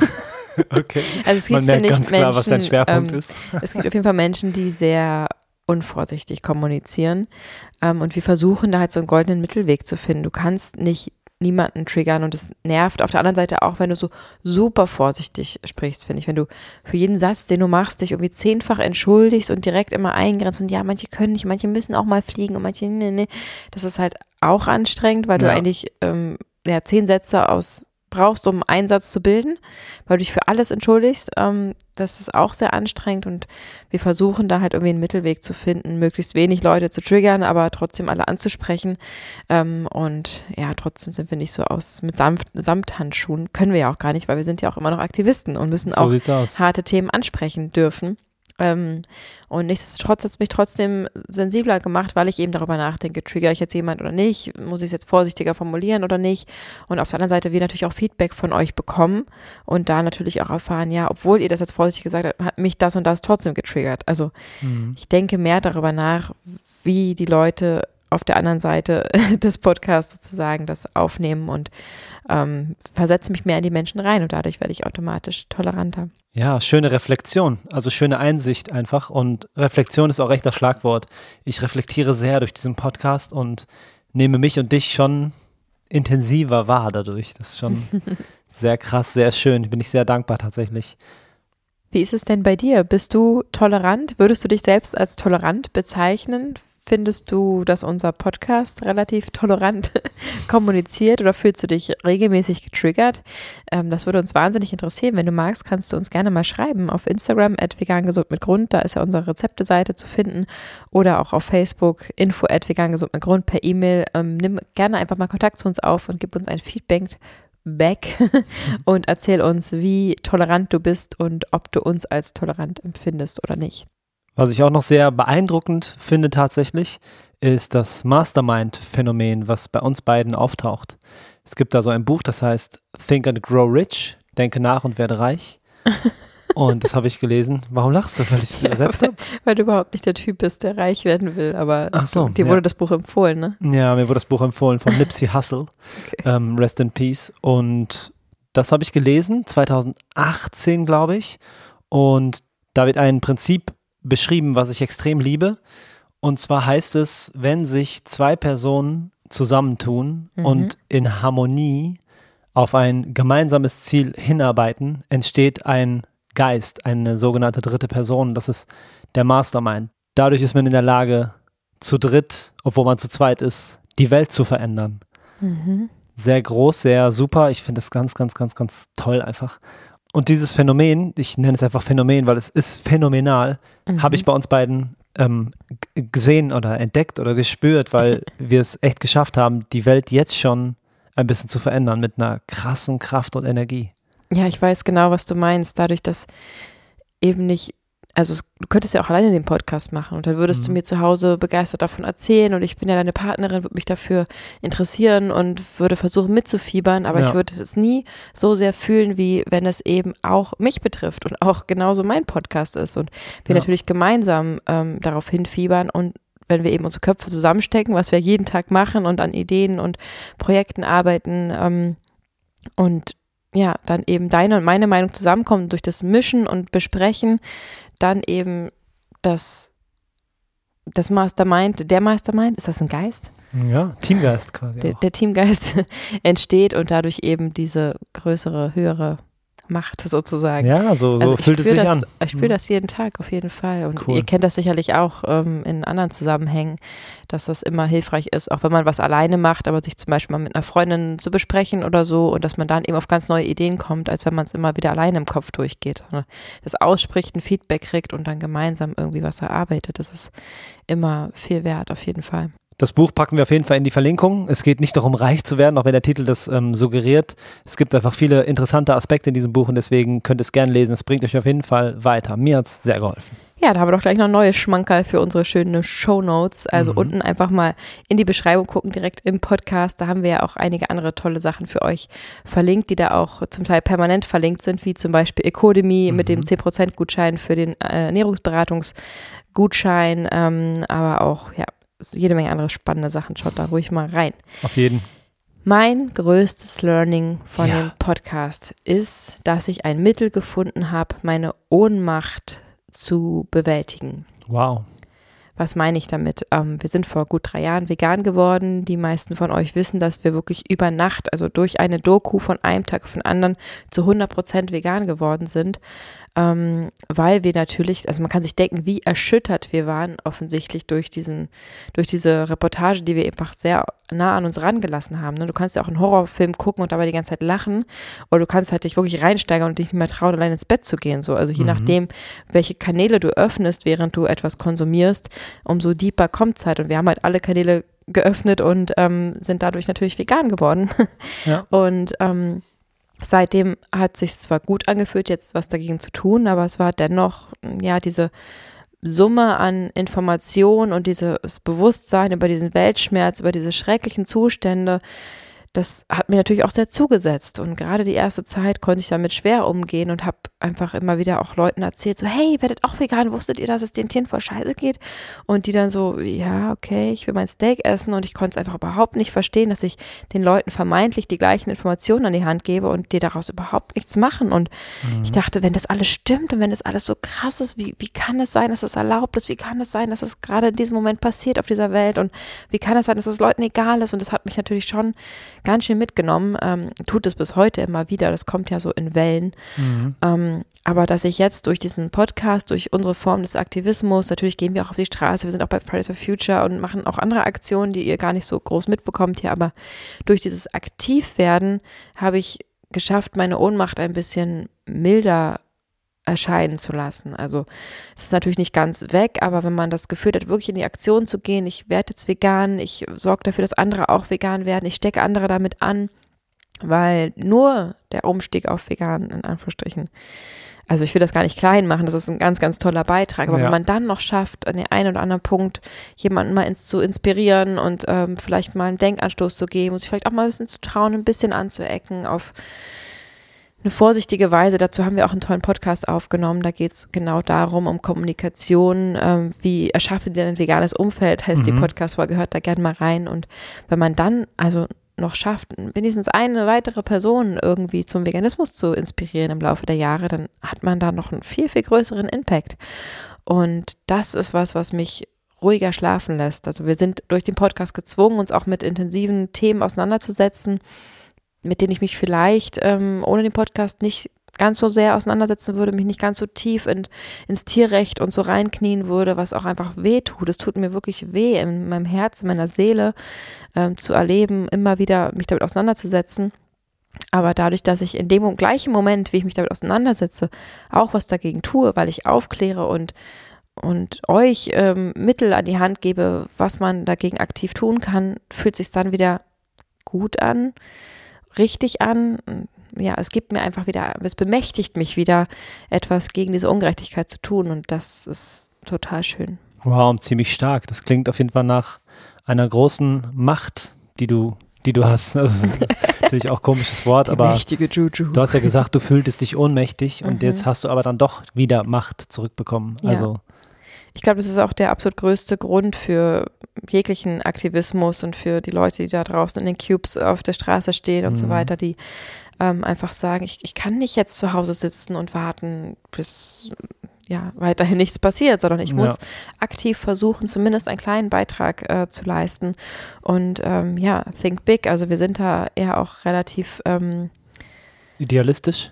Okay, also es gibt, man merkt finde ich, ganz klar, Menschen, was dein Schwerpunkt ähm, ist. Es gibt auf jeden Fall Menschen, die sehr unvorsichtig kommunizieren ähm, und wir versuchen da halt so einen goldenen Mittelweg zu finden. Du kannst nicht niemanden triggern und es nervt auf der anderen Seite auch, wenn du so super vorsichtig sprichst, finde ich. Wenn du für jeden Satz, den du machst, dich irgendwie zehnfach entschuldigst und direkt immer eingrenzt und ja, manche können nicht, manche müssen auch mal fliegen und manche, nee, nee. Das ist halt auch anstrengend, weil Ja. du eigentlich ähm, ja, zehn Sätze aus brauchst, um einen Satz zu bilden, weil du dich für alles entschuldigst. Ähm, das ist auch sehr anstrengend und wir versuchen da halt irgendwie einen Mittelweg zu finden, möglichst wenig Leute zu triggern, aber trotzdem alle anzusprechen. Ähm, und ja, trotzdem sind wir nicht so aus mit Samt, Samthandschuhen. Können wir ja auch gar nicht, weil wir sind ja auch immer noch Aktivisten und müssen So auch sieht's aus. harte Themen ansprechen dürfen. Ähm, und nichtsdestotrotz hat es mich trotzdem sensibler gemacht, weil ich eben darüber nachdenke, triggere ich jetzt jemand oder nicht, muss ich es jetzt vorsichtiger formulieren oder nicht, und auf der anderen Seite wir natürlich auch Feedback von euch bekommen und da natürlich auch erfahren, ja, obwohl ihr das jetzt vorsichtig gesagt habt, hat mich das und das trotzdem getriggert. Also Mhm. ich denke mehr darüber nach, wie die Leute auf der anderen Seite des Podcasts sozusagen das aufnehmen und ähm, versetze mich mehr in die Menschen rein und dadurch werde ich automatisch toleranter. Ja, schöne Reflexion, also schöne Einsicht einfach und Reflexion ist auch recht das Schlagwort. Ich reflektiere sehr durch diesen Podcast und nehme mich und dich schon intensiver wahr dadurch. Das ist schon sehr krass, sehr schön. Bin ich sehr dankbar tatsächlich. Wie ist es denn bei dir? Bist du tolerant? Würdest du dich selbst als tolerant bezeichnen? Findest du, dass unser Podcast relativ tolerant kommuniziert oder fühlst du dich regelmäßig getriggert? Ähm, das würde uns wahnsinnig interessieren. Wenn du magst, kannst du uns gerne mal schreiben auf Instagram at vegangesund mit Grund. Da ist ja unsere Rezepteseite zu finden oder auch auf Facebook info at vegangesund mit Grund per E-Mail. Ähm, nimm gerne einfach mal Kontakt zu uns auf und gib uns ein Feedback back und erzähl uns, wie tolerant du bist und ob du uns als tolerant empfindest oder nicht. Was ich auch noch sehr beeindruckend finde tatsächlich, ist das Mastermind-Phänomen, was bei uns beiden auftaucht. Es gibt da so ein Buch, das heißt Think and Grow Rich, denke nach und werde reich. Und das habe ich gelesen. Warum lachst du, weil ich es Ja, übersetzt weil, habe? weil du überhaupt nicht der Typ bist, der reich werden will, aber Ach so, du, dir ja. wurde das Buch empfohlen, ne? Ja, mir wurde das Buch empfohlen von Nipsey Hussle, Okay. ähm, Rest in Peace. Und das habe ich gelesen, zwanzig achtzehn, glaube ich. Und da wird ein Prinzip beschrieben, was ich extrem liebe. Und zwar heißt es, wenn sich zwei Personen zusammentun Mhm. und in Harmonie auf ein gemeinsames Ziel hinarbeiten, entsteht ein Geist, eine sogenannte dritte Person. Das ist der Mastermind. Dadurch ist man in der Lage, zu dritt, obwohl man zu zweit ist, die Welt zu verändern. Mhm. Sehr groß, sehr super. Ich finde das ganz, ganz, ganz, ganz toll einfach. Und dieses Phänomen, ich nenne es einfach Phänomen, weil es ist phänomenal, Mhm. habe ich bei uns beiden ähm, g- gesehen oder entdeckt oder gespürt, weil wir es echt geschafft haben, die Welt jetzt schon ein bisschen zu verändern mit einer krassen Kraft und Energie. Ja, ich weiß genau, was du meinst. Dadurch, dass eben nicht, also es- du könntest ja auch alleine den Podcast machen und dann würdest Mhm. du mir zu Hause begeistert davon erzählen und ich bin ja deine Partnerin, würde mich dafür interessieren und würde versuchen mitzufiebern, aber Ja. ich würde es nie so sehr fühlen, wie wenn es eben auch mich betrifft und auch genauso mein Podcast ist und wir Ja. natürlich gemeinsam ähm, darauf hinfiebern und wenn wir eben unsere Köpfe zusammenstecken, was wir jeden Tag machen und an Ideen und Projekten arbeiten ähm, und ja, dann eben deine und meine Meinung zusammenkommen durch das Mischen und Besprechen, dann eben das, das Mastermind, der Mastermind, ist das ein Geist? Ja, Teamgeist quasi Der, auch. der Teamgeist entsteht und dadurch eben diese größere, höhere Macht sozusagen. Ja, so, so Also ich fühlt es spür sich das, an. Ich spüre das jeden Tag auf jeden Fall. Und Cool. ihr kennt das sicherlich auch ähm, in anderen Zusammenhängen, dass das immer hilfreich ist, auch wenn man was alleine macht, aber sich zum Beispiel mal mit einer Freundin zu besprechen oder so und dass man dann eben auf ganz neue Ideen kommt, als wenn man es immer wieder alleine im Kopf durchgeht. Sondern das ausspricht, ein Feedback kriegt und dann gemeinsam irgendwie was erarbeitet. Das ist immer viel wert, auf jeden Fall. Das Buch packen wir auf jeden Fall in die Verlinkung. Es geht nicht darum, reich zu werden, auch wenn der Titel das ähm, suggeriert. Es gibt einfach viele interessante Aspekte in diesem Buch und deswegen könnt ihr es gerne lesen. Es bringt euch auf jeden Fall weiter. Mir hat es sehr geholfen. Ja, da haben wir doch gleich noch neue Schmankerl für unsere schönen Shownotes. Also mhm. unten einfach mal in die Beschreibung gucken, direkt im Podcast. Da haben wir ja auch einige andere tolle Sachen für euch verlinkt, die da auch zum Teil permanent verlinkt sind, wie zum Beispiel Ecodemy mhm. mit dem zehn Prozent Gutschein für den äh, Ernährungsberatungsgutschein, ähm, aber auch, ja, jede Menge andere spannende Sachen. Schaut da ruhig mal rein. Auf jeden. Mein größtes Learning von Ja. dem Podcast ist, dass ich ein Mittel gefunden habe, meine Ohnmacht zu bewältigen. Wow. Was meine ich damit? Ähm, wir sind vor gut drei Jahren vegan geworden. Die meisten von euch wissen, dass wir wirklich über Nacht, also durch eine Doku von einem Tag auf den anderen, zu hundert Prozent vegan geworden sind. Ähm, weil wir natürlich, also man kann sich denken, wie erschüttert wir waren, offensichtlich durch diesen, durch diese Reportage, die wir einfach sehr nah an uns rangelassen haben. Ne? Du kannst ja auch einen Horrorfilm gucken und dabei die ganze Zeit lachen, oder du kannst halt dich wirklich reinsteigern und dich nicht mehr trauen, allein ins Bett zu gehen. So. Also je mhm. nachdem, welche Kanäle du öffnest, während du etwas konsumierst, umso deeper kommt es halt. Und wir haben halt alle Kanäle geöffnet und ähm, sind dadurch natürlich vegan geworden. Ja. Und ähm, seitdem hat sich zwar gut angefühlt, jetzt was dagegen zu tun, aber es war dennoch, ja, diese Summe an Informationen und dieses Bewusstsein über diesen Weltschmerz, über diese schrecklichen Zustände, das hat mir natürlich auch sehr zugesetzt. Und gerade die erste Zeit konnte ich damit schwer umgehen und habe einfach immer wieder auch Leuten erzählt, so, hey, werdet auch vegan, wusstet ihr, dass es den Tieren voll scheiße geht? Und die dann so, ja, okay, ich will mein Steak essen, und ich konnte es einfach überhaupt nicht verstehen, dass ich den Leuten vermeintlich die gleichen Informationen an die Hand gebe und die daraus überhaupt nichts machen. Und mhm. ich dachte, wenn das alles stimmt und wenn das alles so krass ist, wie, wie kann es sein, dass es erlaubt ist? Wie kann es sein, dass es gerade in diesem Moment passiert auf dieser Welt? Und wie kann es sein, dass es Leuten egal ist? Und das hat mich natürlich schon ganz schön mitgenommen, ähm, tut es bis heute immer wieder, das kommt ja so in Wellen, mhm. ähm, aber dass ich jetzt durch diesen Podcast, durch unsere Form des Aktivismus, natürlich gehen wir auch auf die Straße, wir sind auch bei Fridays for Future und machen auch andere Aktionen, die ihr gar nicht so groß mitbekommt hier, aber durch dieses Aktivwerden habe ich geschafft, meine Ohnmacht ein bisschen milder erscheinen zu lassen. Also es ist natürlich nicht ganz weg, aber wenn man das Gefühl hat, wirklich in die Aktion zu gehen, ich werde jetzt vegan, ich sorge dafür, dass andere auch vegan werden, ich stecke andere damit an, weil nur der Umstieg auf vegan, in Anführungsstrichen, also ich will das gar nicht klein machen, das ist ein ganz, ganz toller Beitrag, aber ja. wenn man dann noch schafft, an den einen oder anderen Punkt jemanden mal ins, zu inspirieren und ähm, vielleicht mal einen Denkanstoß zu geben und sich vielleicht auch mal ein bisschen zu trauen, ein bisschen anzuecken auf eine vorsichtige Weise. Dazu haben wir auch einen tollen Podcast aufgenommen. Da geht es genau darum, um Kommunikation. Ähm, wie erschaffe dir ein veganes Umfeld, heißt mhm. die Podcast-Folge. Hört da gerne mal rein. Und wenn man dann also noch schafft, wenigstens eine weitere Person irgendwie zum Veganismus zu inspirieren im Laufe der Jahre, dann hat man da noch einen viel, viel größeren Impact. Und das ist was, was mich ruhiger schlafen lässt. Also wir sind durch den Podcast gezwungen, uns auch mit intensiven Themen auseinanderzusetzen, mit denen ich mich vielleicht ähm, ohne den Podcast nicht ganz so sehr auseinandersetzen würde, mich nicht ganz so tief in, ins Tierrecht und so reinknien würde, was auch einfach weh tut. Es tut mir wirklich weh in meinem Herz, in meiner Seele ähm, zu erleben, immer wieder mich damit auseinanderzusetzen. Aber dadurch, dass ich in dem gleichen Moment, wie ich mich damit auseinandersetze, auch was dagegen tue, weil ich aufkläre und und euch ähm, Mittel an die Hand gebe, was man dagegen aktiv tun kann, fühlt sich dann wieder gut an, richtig an. Ja, es gibt mir einfach wieder, es bemächtigt mich wieder, etwas gegen diese Ungerechtigkeit zu tun, und das ist total schön. Wow, ziemlich stark. Das klingt auf jeden Fall nach einer großen Macht, die du, die du hast. Das ist natürlich auch ein komisches Wort, die aber mächtige Juju. Du hast ja gesagt, du fühltest dich ohnmächtig und mhm. jetzt hast du aber dann doch wieder Macht zurückbekommen. Ja. Also ich glaube, das ist auch der absolut größte Grund für jeglichen Aktivismus und für die Leute, die da draußen in den Cubes auf der Straße stehen und mhm. so weiter, die ähm, einfach sagen, ich, ich kann nicht jetzt zu Hause sitzen und warten, bis ja weiterhin nichts passiert, sondern ich muss ja. aktiv versuchen, zumindest einen kleinen Beitrag äh, zu leisten. Und ähm, ja, think big. Also wir sind da eher auch relativ ähm, idealistisch.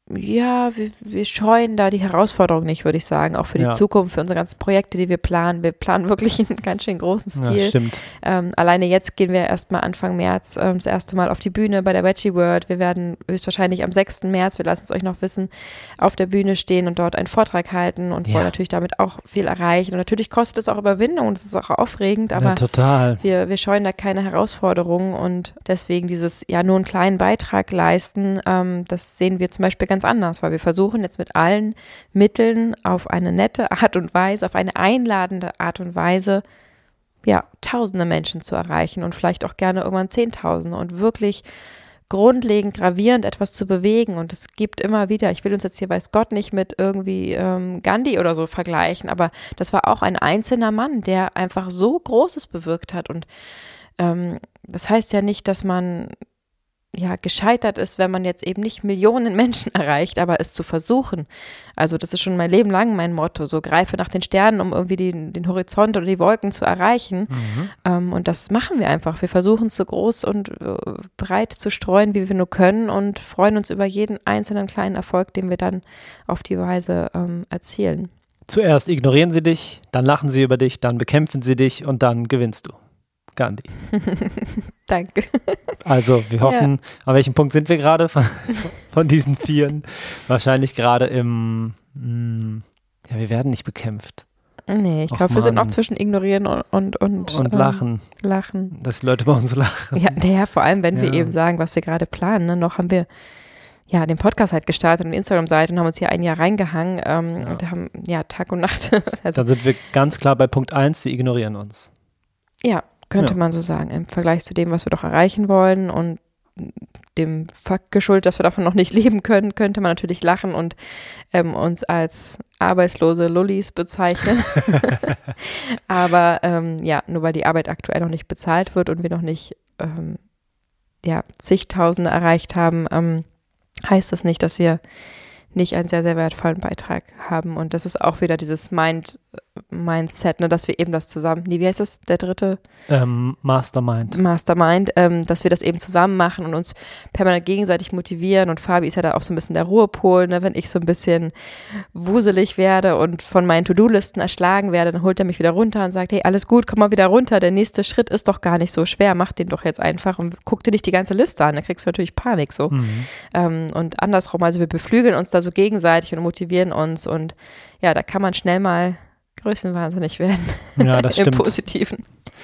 ja, wir, wir scheuen da die Herausforderung nicht, würde ich sagen, auch für die ja. Zukunft, für unsere ganzen Projekte, die wir planen. Wir planen wirklich in ganz schön großen Stil. Ja, stimmt. Ähm, alleine jetzt gehen wir erstmal Anfang März ähm, das erste Mal auf die Bühne bei der Veggie World. Wir werden höchstwahrscheinlich am sechsten März, wir lassen es euch noch wissen, auf der Bühne stehen und dort einen Vortrag halten und ja. wollen natürlich damit auch viel erreichen. Und natürlich kostet es auch Überwindung und es ist auch aufregend, aber ja, total. Wir, wir scheuen da keine Herausforderungen und deswegen dieses, ja, nur einen kleinen Beitrag leisten, ähm, das sehen wir zum Beispiel ganz anders, weil wir versuchen jetzt mit allen Mitteln auf eine nette Art und Weise, auf eine einladende Art und Weise, ja, tausende Menschen zu erreichen und vielleicht auch gerne irgendwann zehntausende und wirklich grundlegend, gravierend etwas zu bewegen. Und es gibt immer wieder, ich will uns jetzt hier, weiß Gott, nicht mit irgendwie ähm, Gandhi oder so vergleichen, aber das war auch ein einzelner Mann, der einfach so Großes bewirkt hat. Und ähm, das heißt ja nicht, dass man ja gescheitert ist, wenn man jetzt eben nicht Millionen Menschen erreicht, aber es zu versuchen. Also das ist schon mein Leben lang mein Motto, so greife nach den Sternen, um irgendwie die, den Horizont oder die Wolken zu erreichen. Mhm. Ähm, und das machen wir einfach. Wir versuchen es so groß und äh, breit zu streuen, wie wir nur können und freuen uns über jeden einzelnen kleinen Erfolg, den wir dann auf die Weise ähm, erzielen. Zuerst ignorieren sie dich, dann lachen sie über dich, dann bekämpfen sie dich und dann gewinnst du. Gandhi. Danke. Also wir hoffen, ja. An welchem Punkt sind wir gerade von, von diesen Vieren? Wahrscheinlich gerade im, mh, ja, wir werden nicht bekämpft. Nee, ich glaube, wir sind noch zwischen ignorieren und und, und, und ähm, lachen. lachen. Dass die Leute bei uns lachen. Ja, naja, vor allem, wenn ja. wir eben sagen, was wir gerade planen. Ne? Noch haben wir ja den Podcast halt gestartet und die Instagram-Seite und haben uns hier ein Jahr reingehangen ähm, ja. und haben ja Tag und Nacht. Also, dann sind wir ganz klar bei Punkt eins, sie ignorieren uns. Ja, könnte ja. man so sagen, im Vergleich zu dem, was wir doch erreichen wollen und dem Fakt geschuldet, dass wir davon noch nicht leben können, könnte man natürlich lachen und ähm, uns als arbeitslose Lullis bezeichnen. Aber ähm, ja, nur weil die Arbeit aktuell noch nicht bezahlt wird und wir noch nicht ähm, ja, zigtausende erreicht haben, ähm, heißt das nicht, dass wir nicht einen sehr, sehr wertvollen Beitrag haben. Und das ist auch wieder dieses Mind, Mindset, ne, dass wir eben das zusammen, nee, wie heißt das, der dritte? Ähm, Mastermind. Mastermind, ähm, dass wir das eben zusammen machen und uns permanent gegenseitig motivieren. Und Fabi ist ja da auch so ein bisschen der Ruhepol, ne, wenn ich so ein bisschen wuselig werde und von meinen To-Do-Listen erschlagen werde, dann holt er mich wieder runter und sagt, hey, alles gut, komm mal wieder runter, der nächste Schritt ist doch gar nicht so schwer, mach den doch jetzt einfach und guck dir nicht die ganze Liste an, dann kriegst du natürlich Panik so. Mhm. Ähm, und andersrum, also wir beflügeln uns da so gegenseitig und motivieren uns und ja, da kann man schnell mal größenwahnsinnig werden. Ja, das stimmt. Im Positiven.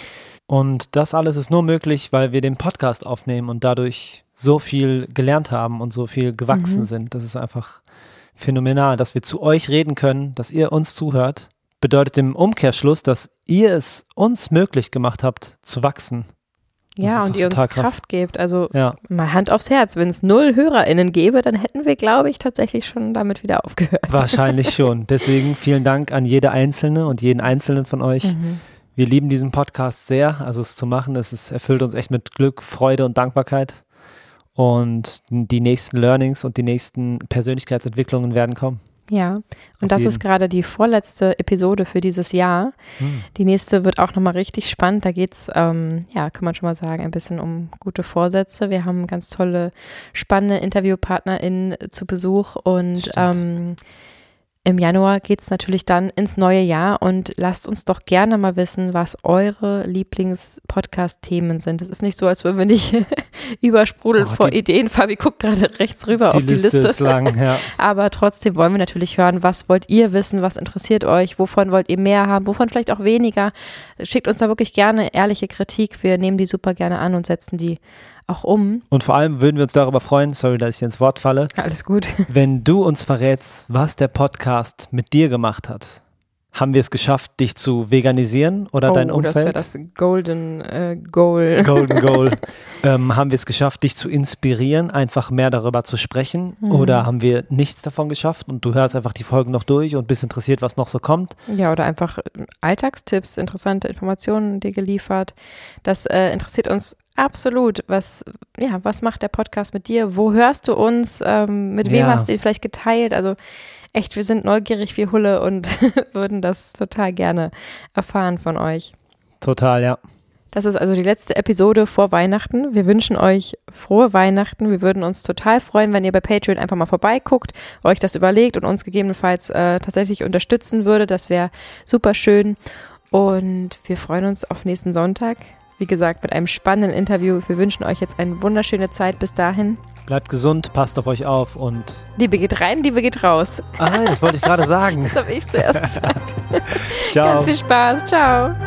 Und das alles ist nur möglich, weil wir den Podcast aufnehmen und dadurch so viel gelernt haben und so viel gewachsen mhm. sind. Das ist einfach phänomenal, dass wir zu euch reden können, dass ihr uns zuhört. Bedeutet im Umkehrschluss, dass ihr es uns möglich gemacht habt, zu wachsen. Ja, und ihr uns krass. Kraft gebt. Also ja. mal Hand aufs Herz, wenn es null HörerInnen gäbe, dann hätten wir, glaube ich, tatsächlich schon damit wieder aufgehört. Wahrscheinlich schon. Deswegen vielen Dank an jede Einzelne und jeden Einzelnen von euch. Mhm. Wir lieben diesen Podcast sehr, also es zu machen, es ist, erfüllt uns echt mit Glück, Freude und Dankbarkeit. Und die nächsten Learnings und die nächsten Persönlichkeitsentwicklungen werden kommen. Ja, und das ist gerade die vorletzte Episode für dieses Jahr. Hm. Die nächste wird auch nochmal richtig spannend. Da geht es, ähm, ja, kann man schon mal sagen, ein bisschen um gute Vorsätze. Wir haben ganz tolle, spannende InterviewpartnerInnen zu Besuch und ähm, im Januar geht es natürlich dann ins neue Jahr und lasst uns doch gerne mal wissen, was eure Lieblings-Podcast-Themen sind. Es ist nicht so, als würden wir nicht übersprudeln oh, vor die, Ideen. Fabi guckt gerade rechts rüber die auf die Liste. Liste. Ist lang, ja. Aber trotzdem wollen wir natürlich hören, was wollt ihr wissen, was interessiert euch, wovon wollt ihr mehr haben, wovon vielleicht auch weniger. Schickt uns da wirklich gerne ehrliche Kritik. Wir nehmen die super gerne an und setzen die auch um. Und vor allem würden wir uns darüber freuen, sorry, dass ich ins Wort falle. Alles gut. Wenn du uns verrätst, was der Podcast mit dir gemacht hat. Haben wir es geschafft, dich zu veganisieren oder oh, dein Umfeld? Das wäre das Golden äh, Goal. Golden Goal. ähm, haben wir es geschafft, dich zu inspirieren, einfach mehr darüber zu sprechen? Mhm. Oder haben wir nichts davon geschafft und du hörst einfach die Folgen noch durch und bist interessiert, was noch so kommt? Ja, oder einfach Alltagstipps, interessante Informationen dir geliefert. Das äh, interessiert uns absolut. Was, ja, was macht der Podcast mit dir? Wo hörst du uns? Ähm, mit wem ja. hast du ihn vielleicht geteilt? Also echt, wir sind neugierig wie Hulle und würden das total gerne erfahren von euch. Total, ja. Das ist also die letzte Episode vor Weihnachten. Wir wünschen euch frohe Weihnachten. Wir würden uns total freuen, wenn ihr bei Patreon einfach mal vorbeiguckt, euch das überlegt und uns gegebenenfalls äh, tatsächlich unterstützen würde. Das wäre super schön. Und wir freuen uns auf nächsten Sonntag. Wie gesagt, mit einem spannenden Interview. Wir wünschen euch jetzt eine wunderschöne Zeit bis dahin. Bleibt gesund, passt auf euch auf und... Liebe geht rein, Liebe geht raus. Ah, das wollte ich gerade sagen. Das habe ich zuerst gesagt. Ciao. Ganz viel Spaß. Ciao.